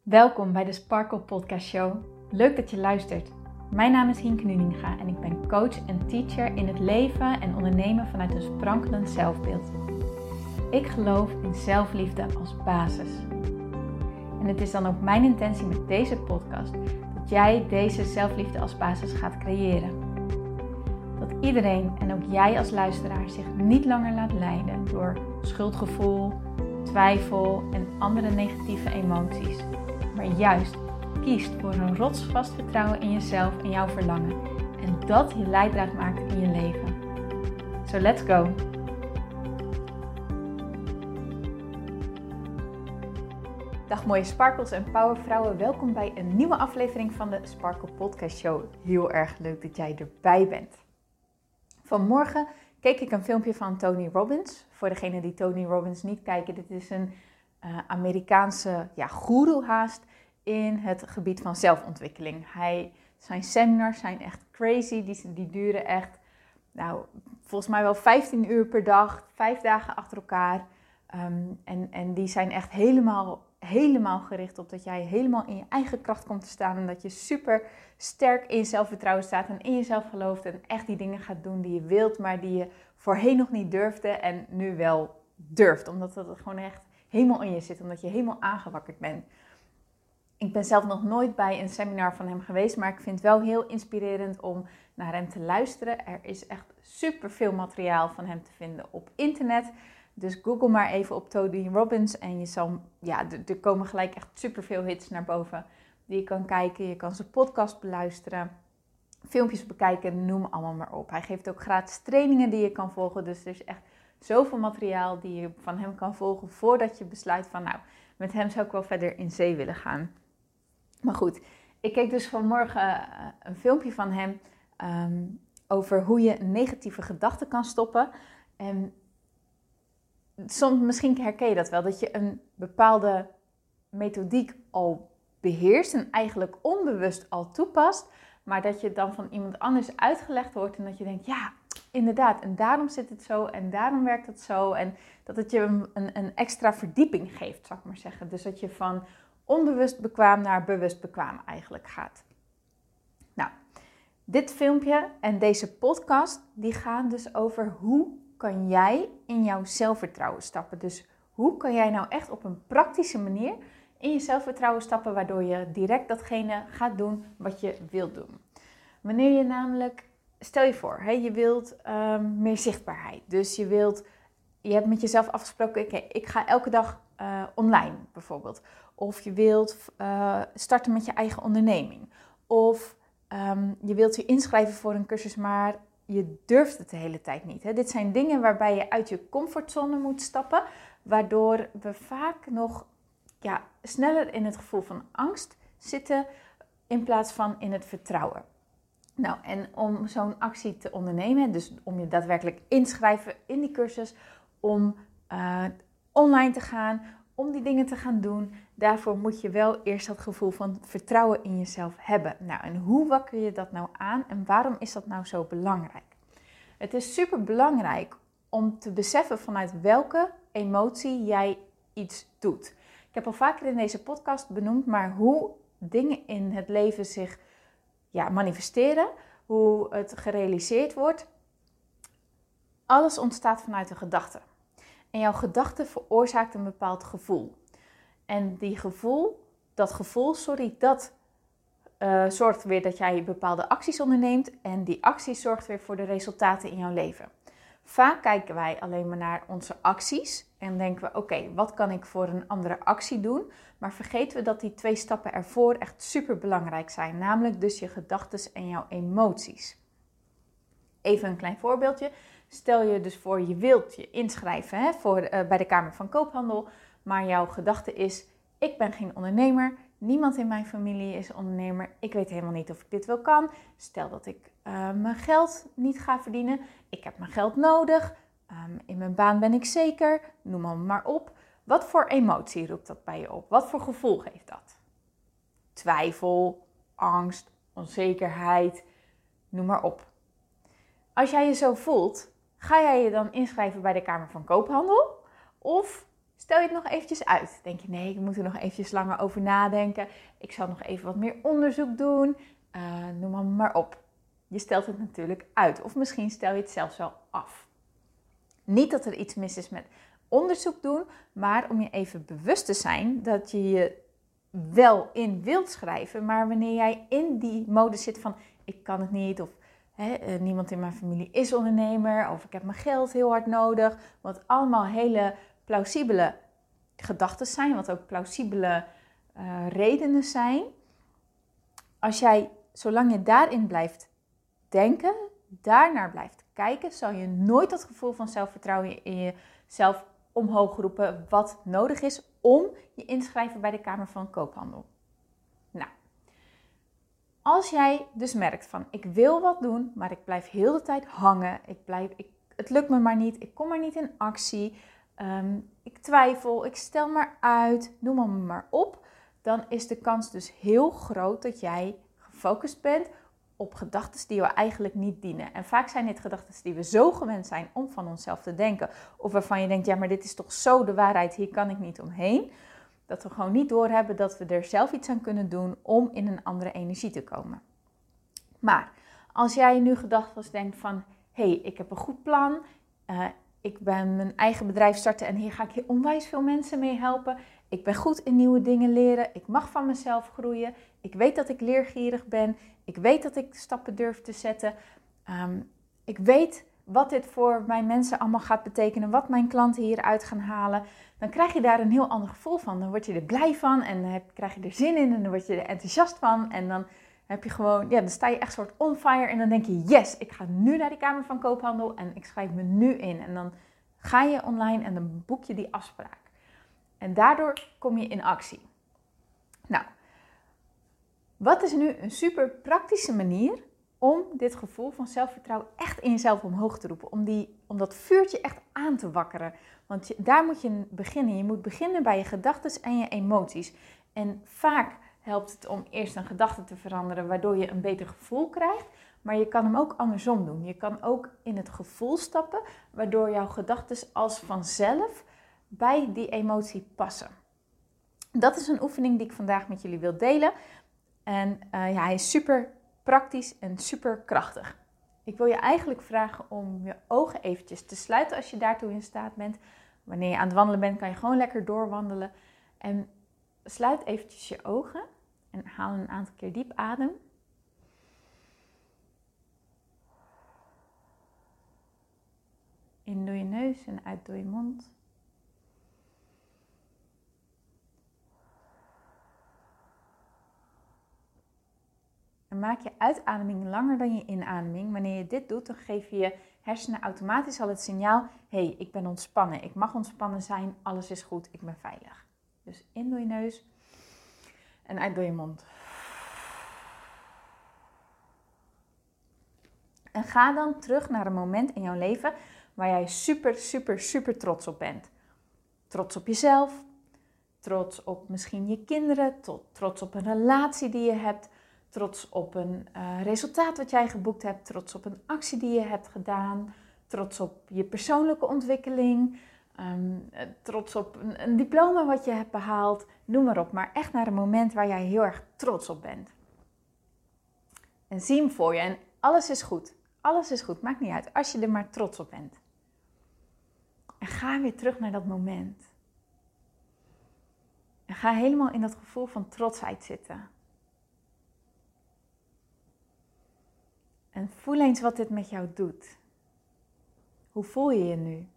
Welkom bij de Sparkle Podcast Show. Leuk dat je luistert. Mijn naam is Hienke Nuninga en ik ben coach en teacher in het leven en ondernemen vanuit een sprankelend zelfbeeld. Ik geloof in zelfliefde als basis. En het is dan ook mijn intentie met deze podcast dat jij deze zelfliefde als basis gaat creëren. Dat iedereen en ook jij als luisteraar zich niet langer laat leiden door schuldgevoel, twijfel en andere negatieve emoties. Maar juist kiest voor een rotsvast vertrouwen in jezelf en jouw verlangen. En dat je leidraad maakt in je leven. So let's go! Dag mooie sparkles en powervrouwen. Welkom bij een nieuwe aflevering van de Sparkle Podcast Show. Heel erg leuk dat jij erbij bent. Vanmorgen keek ik een filmpje van Tony Robbins. Voor degenen die Tony Robbins niet kijken, dit is een Amerikaanse goeroe haast in het gebied van zelfontwikkeling. Zijn seminars zijn echt crazy, die duren echt, volgens mij wel 15 uur per dag, 5 dagen achter elkaar. En die zijn echt helemaal gericht op dat jij helemaal in je eigen kracht komt te staan. En dat je super sterk in zelfvertrouwen staat en in jezelf gelooft. En echt die dingen gaat doen die je wilt, maar die je voorheen nog niet durfde en nu wel durft. Omdat het gewoon echt helemaal in je zit, omdat je helemaal aangewakkerd bent. Ik ben zelf nog nooit bij een seminar van hem geweest, maar ik vind het wel heel inspirerend om naar hem te luisteren. Er is echt super veel materiaal van hem te vinden op internet. Dus google maar even op Tony Robbins en er komen gelijk echt super veel hits naar boven die je kan kijken. Je kan zijn podcast beluisteren, filmpjes bekijken, noem allemaal maar op. Hij geeft ook gratis trainingen die je kan volgen. Dus er is echt zoveel materiaal die je van hem kan volgen voordat je besluit van met hem zou ik wel verder in zee willen gaan. Maar goed, ik keek dus vanmorgen een filmpje van hem over hoe je negatieve gedachten kan stoppen. En soms misschien herken je dat wel, dat je een bepaalde methodiek al beheerst en eigenlijk onbewust al toepast, maar dat je dan van iemand anders uitgelegd wordt en dat je denkt, ja, inderdaad, en daarom zit het zo en daarom werkt het zo. En dat het je een extra verdieping geeft, zou ik maar zeggen. Dus dat je van onbewust bekwaam naar bewust bekwaam eigenlijk gaat. Nou, dit filmpje en deze podcast, die gaan dus over hoe kan jij in jouw zelfvertrouwen stappen. Dus hoe kan jij nou echt op een praktische manier in je zelfvertrouwen stappen, waardoor je direct datgene gaat doen wat je wilt doen. Wanneer je namelijk, stel je voor, je wilt meer zichtbaarheid. Dus je hebt met jezelf afgesproken, oké, ik ga elke dag online bijvoorbeeld. Of je wilt starten met je eigen onderneming. Of je wilt je inschrijven voor een cursus, maar je durft het de hele tijd niet. Dit zijn dingen waarbij je uit je comfortzone moet stappen, waardoor we vaak nog sneller in het gevoel van angst zitten in plaats van in het vertrouwen. Nou, en om zo'n actie te ondernemen, dus om je daadwerkelijk inschrijven in die cursus, om online te gaan, om die dingen te gaan doen, daarvoor moet je wel eerst dat gevoel van vertrouwen in jezelf hebben. Nou, en hoe wakker je dat nou aan en waarom is dat nou zo belangrijk? Het is super belangrijk om te beseffen vanuit welke emotie jij iets doet. Ik heb al vaker in deze podcast benoemd, maar hoe dingen in het leven zich manifesteren, hoe het gerealiseerd wordt. Alles ontstaat vanuit een gedachte. En jouw gedachte veroorzaakt een bepaald gevoel. En dat gevoel zorgt weer dat jij bepaalde acties onderneemt. En die actie zorgt weer voor de resultaten in jouw leven. Vaak kijken wij alleen maar naar onze acties en denken we, oké, wat kan ik voor een andere actie doen? Maar vergeten we dat die 2 stappen ervoor echt super belangrijk zijn. Namelijk dus je gedachten en jouw emoties. Even een klein voorbeeldje. Stel je dus voor, je wilt je inschrijven bij de Kamer van Koophandel. Maar jouw gedachte is, ik ben geen ondernemer. Niemand in mijn familie is ondernemer. Ik weet helemaal niet of ik dit wel kan. Stel dat ik mijn geld niet ga verdienen. Ik heb mijn geld nodig. In mijn baan ben ik zeker. Noem maar op. Wat voor emotie roept dat bij je op? Wat voor gevoel geeft dat? Twijfel, angst, onzekerheid. Noem maar op. Als jij je zo voelt, ga jij je dan inschrijven bij de Kamer van Koophandel? Of Stel je het nog eventjes uit. Denk je, nee, ik moet er nog eventjes langer over nadenken. Ik zal nog even wat meer onderzoek doen. Noem maar op. Je stelt het natuurlijk uit. Of misschien stel je het zelfs wel af. Niet dat er iets mis is met onderzoek doen, maar om je even bewust te zijn dat je je wel in wilt schrijven. Maar wanneer jij in die mode zit van, ik kan het niet, of niemand in mijn familie is ondernemer, of ik heb mijn geld heel hard nodig. Wat allemaal hele plausibele gedachten zijn, wat ook plausibele redenen zijn. Zolang je daarin blijft denken, daarnaar blijft kijken, zal je nooit dat gevoel van zelfvertrouwen in jezelf omhoog roepen wat nodig is om je in te schrijven bij de Kamer van Koophandel. Nou, als jij dus merkt van ik wil wat doen, maar ik blijf heel de tijd hangen, het lukt me maar niet, ik kom maar niet in actie, ik twijfel, ik stel maar uit, noem maar op, dan is de kans dus heel groot dat jij gefocust bent op gedachten die we eigenlijk niet dienen. En vaak zijn dit gedachten die we zo gewend zijn om van onszelf te denken, of waarvan je denkt, ja, maar dit is toch zo de waarheid, hier kan ik niet omheen, dat we gewoon niet doorhebben dat we er zelf iets aan kunnen doen om in een andere energie te komen. Maar als jij nu gedachten denkt van, hey, ik heb een goed plan, ik ben mijn eigen bedrijf starten en hier ga ik onwijs veel mensen mee helpen. Ik ben goed in nieuwe dingen leren. Ik mag van mezelf groeien. Ik weet dat ik leergierig ben. Ik weet dat ik stappen durf te zetten. Ik weet wat dit voor mijn mensen allemaal gaat betekenen. Wat mijn klanten hieruit gaan halen. Dan krijg je daar een heel ander gevoel van. Dan word je er blij van en dan krijg je er zin in en dan word je er enthousiast van. En dan heb je gewoon, dan sta je echt soort on fire en dan denk je, yes, ik ga nu naar de Kamer van Koophandel en ik schrijf me nu in. En dan ga je online en dan boek je die afspraak. En daardoor kom je in actie. Nou, wat is nu een super praktische manier om dit gevoel van zelfvertrouwen echt in jezelf omhoog te roepen? Om dat vuurtje echt aan te wakkeren. Want daar moet je beginnen. Je moet beginnen bij je gedachten en je emoties. En vaak helpt het om eerst een gedachte te veranderen, waardoor je een beter gevoel krijgt. Maar je kan hem ook andersom doen. Je kan ook in het gevoel stappen, waardoor jouw gedachten als vanzelf bij die emotie passen. Dat is een oefening die ik vandaag met jullie wil delen. En hij is super praktisch en super krachtig. Ik wil je eigenlijk vragen om je ogen eventjes te sluiten als je daartoe in staat bent. Wanneer je aan het wandelen bent, kan je gewoon lekker doorwandelen. En sluit eventjes je ogen en haal een aantal keer diep adem. In door je neus en uit door je mond. En maak je uitademing langer dan je inademing. Wanneer je dit doet, dan geef je je hersenen automatisch al het signaal: hey, ik ben ontspannen. Ik mag ontspannen zijn. Alles is goed. Ik ben veilig. Dus in door je neus en uit door je mond. En ga dan terug naar een moment in jouw leven waar jij super, super, super trots op bent. Trots op jezelf. Trots op misschien je kinderen. Trots op een relatie die je hebt. Trots op een resultaat wat jij geboekt hebt. Trots op een actie die je hebt gedaan. Trots op je persoonlijke ontwikkeling. Trots op een diploma wat je hebt behaald. Noem maar op. Maar echt naar een moment waar jij heel erg trots op bent. En zie hem voor je. En alles is goed. Alles is goed. Maakt niet uit. Als je er maar trots op bent. En ga weer terug naar dat moment. En ga helemaal in dat gevoel van trotsheid zitten. En voel eens wat dit met jou doet. Hoe voel je je nu?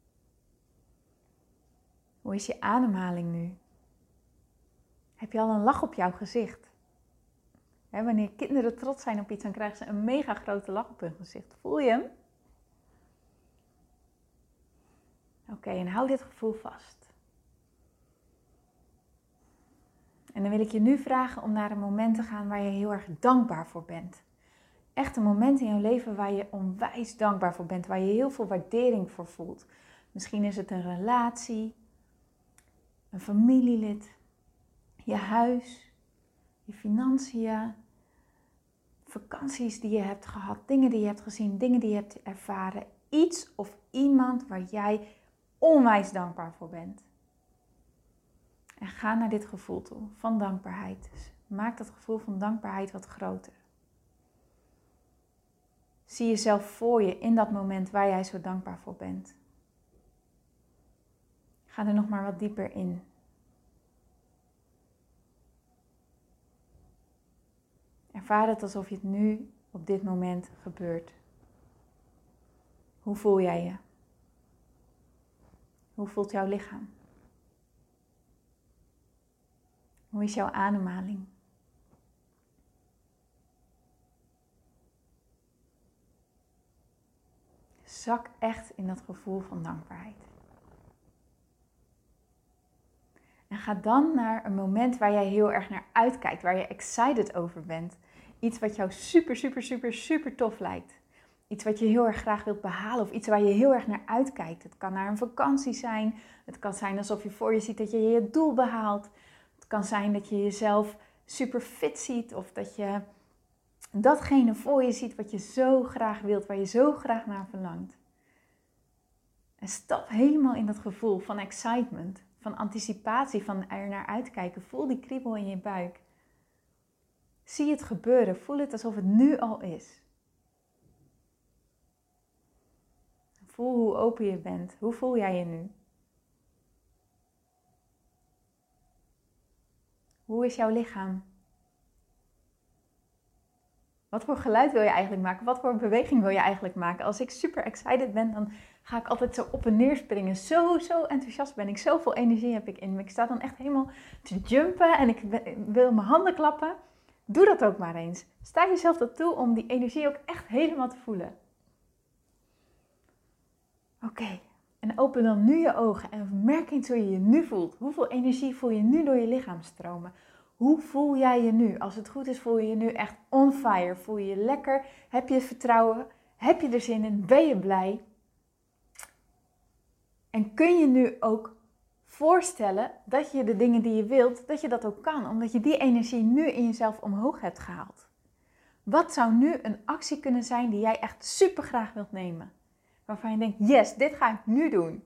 Hoe is je ademhaling nu? Heb je al een lach op jouw gezicht? Wanneer kinderen trots zijn op iets, dan krijgen ze een mega grote lach op hun gezicht. Voel je hem? Oké, en hou dit gevoel vast. En dan wil ik je nu vragen om naar een moment te gaan waar je heel erg dankbaar voor bent. Echt een moment in jouw leven waar je onwijs dankbaar voor bent. Waar je heel veel waardering voor voelt. Misschien is het een relatie, een familielid, je huis, je financiën, vakanties die je hebt gehad, dingen die je hebt gezien, dingen die je hebt ervaren. Iets of iemand waar jij onwijs dankbaar voor bent. En ga naar dit gevoel toe van dankbaarheid. Dus maak dat gevoel van dankbaarheid wat groter. Zie jezelf voor je in dat moment waar jij zo dankbaar voor bent. Ga er nog maar wat dieper in. Ervaar het alsof het nu op dit moment gebeurt. Hoe voel jij je? Hoe voelt jouw lichaam? Hoe is jouw ademhaling? Zak echt in dat gevoel van dankbaarheid. En ga dan naar een moment waar jij heel erg naar uitkijkt, waar je excited over bent. Iets wat jou super tof lijkt. Iets wat je heel erg graag wilt behalen of iets waar je heel erg naar uitkijkt. Het kan naar een vakantie zijn. Het kan zijn alsof je voor je ziet dat je je doel behaalt. Het kan zijn dat je jezelf super fit ziet of dat je datgene voor je ziet wat je zo graag wilt, waar je zo graag naar verlangt. En stap helemaal in dat gevoel van excitement, van anticipatie, van er naar uitkijken. Voel die kriebel in je buik. Zie het gebeuren, voel het alsof het nu al is. Voel hoe open je bent. Hoe voel jij je nu? Hoe is jouw lichaam? Wat voor geluid wil je eigenlijk maken? Wat voor beweging wil je eigenlijk maken? Als ik super excited ben, dan ga ik altijd zo op en neer springen. Zo enthousiast ben ik. Zoveel energie heb ik in me. Ik sta dan echt helemaal te jumpen en ik wil mijn handen klappen. Doe dat ook maar eens. Sta jezelf dat toe om die energie ook echt helemaal te voelen. Oké. En open dan nu je ogen en merk eens hoe je je nu voelt. Hoeveel energie voel je nu door je lichaam stromen? Hoe voel jij je nu? Als het goed is, voel je je nu echt on fire. Voel je je lekker? Heb je vertrouwen? Heb je er zin in? Ben je blij? En kun je nu ook voorstellen dat je de dingen die je wilt, dat je dat ook kan. Omdat je die energie nu in jezelf omhoog hebt gehaald. Wat zou nu een actie kunnen zijn die jij echt super graag wilt nemen? Waarvan je denkt, yes, dit ga ik nu doen.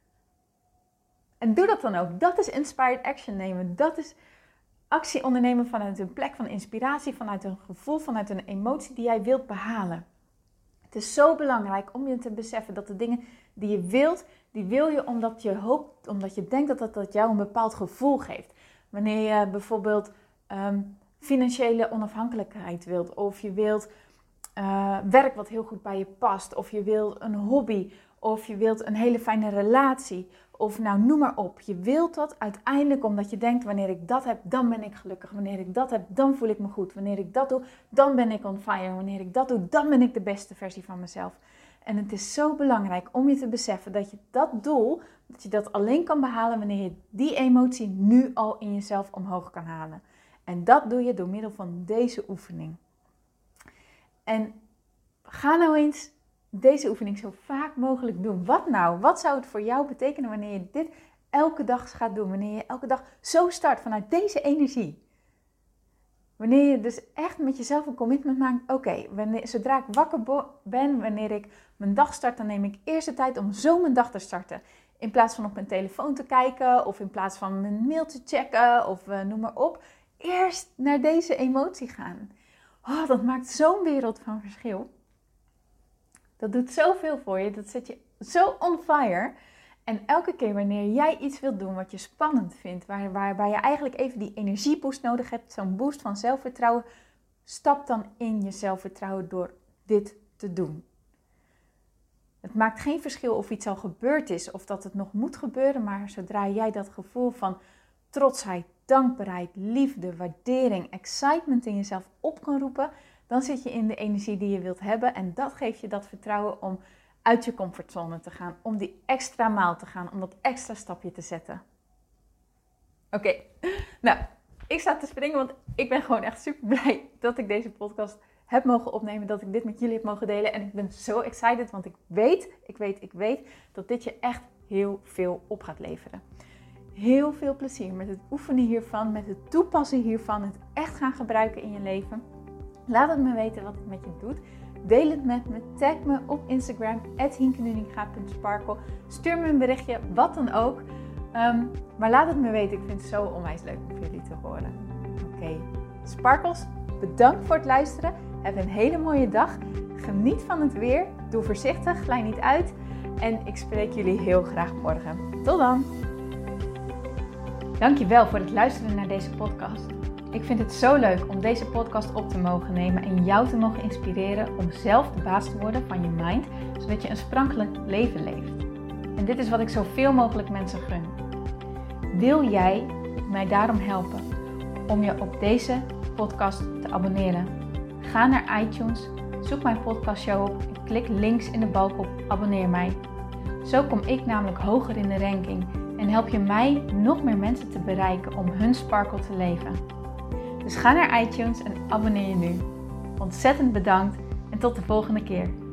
En doe dat dan ook. Dat is inspired action nemen. Dat is actie ondernemen vanuit een plek van inspiratie, vanuit een gevoel, vanuit een emotie die jij wilt behalen. Het is zo belangrijk om je te beseffen dat de dingen die je wilt, die wil je omdat je hoopt, omdat je denkt dat jou een bepaald gevoel geeft. Wanneer je bijvoorbeeld financiële onafhankelijkheid wilt, of je wilt werk wat heel goed bij je past, of je wilt een hobby, of je wilt een hele fijne relatie, of nou noem maar op. Je wilt dat uiteindelijk omdat je denkt, wanneer ik dat heb, dan ben ik gelukkig. Wanneer ik dat heb, dan voel ik me goed. Wanneer ik dat doe, dan ben ik on fire. Wanneer ik dat doe, dan ben ik de beste versie van mezelf. En het is zo belangrijk om je te beseffen dat je dat doel, dat je dat alleen kan behalen wanneer je die emotie nu al in jezelf omhoog kan halen. En dat doe je door middel van deze oefening. En ga nou eens deze oefening zo vaak mogelijk doen. Wat nou? Wat zou het voor jou betekenen wanneer je dit elke dag gaat doen? Wanneer je elke dag zo start vanuit deze energie. Wanneer je dus echt met jezelf een commitment maakt. Oké, zodra ik wakker ben, wanneer ik mijn dag start, dan neem ik eerst de tijd om zo mijn dag te starten. In plaats van op mijn telefoon te kijken of in plaats van mijn mail te checken of noem maar op. Eerst naar deze emotie gaan. Oh, dat maakt zo'n wereld van verschil. Dat doet zoveel voor je. Dat zet je zo on fire. En elke keer wanneer jij iets wilt doen wat je spannend vindt, waar je eigenlijk even die energieboost nodig hebt, zo'n boost van zelfvertrouwen, stap dan in je zelfvertrouwen door dit te doen. Het maakt geen verschil of iets al gebeurd is of dat het nog moet gebeuren, maar zodra jij dat gevoel van trotsheid, dankbaarheid, liefde, waardering, excitement in jezelf op kan roepen, dan zit je in de energie die je wilt hebben en dat geeft je dat vertrouwen om uit je comfortzone te gaan, om die extra maal te gaan, om dat extra stapje te zetten. Oké, nou, ik sta te springen, want ik ben gewoon echt super blij dat ik deze podcast heb mogen opnemen, dat ik dit met jullie heb mogen delen. En ik ben zo excited, want ik weet dat dit je echt heel veel op gaat leveren. Heel veel plezier met het oefenen hiervan, met het toepassen hiervan, het echt gaan gebruiken in je leven. Laat het me weten wat het met je doet. Deel het met me, tag me op Instagram, @hienkenuninga.sparkle. Stuur me een berichtje, wat dan ook. Maar laat het me weten. Ik vind het zo onwijs leuk om voor jullie te horen. Oké. Sparkles, bedankt voor het luisteren. Heb een hele mooie dag. Geniet van het weer. Doe voorzichtig, glij niet uit. En ik spreek jullie heel graag morgen. Tot dan! Dankjewel voor het luisteren naar deze podcast. Ik vind het zo leuk om deze podcast op te mogen nemen en jou te mogen inspireren om zelf de baas te worden van je mind, zodat je een sprankelijk leven leeft. En dit is wat ik zoveel mogelijk mensen gun. Wil jij mij daarom helpen om je op deze podcast te abonneren? Ga naar iTunes, zoek mijn podcastshow op en klik links in de balk op abonneer mij. Zo kom ik namelijk hoger in de ranking en help je mij nog meer mensen te bereiken om hun sparkle te leven. Dus ga naar iTunes en abonneer je nu. Ontzettend bedankt en tot de volgende keer.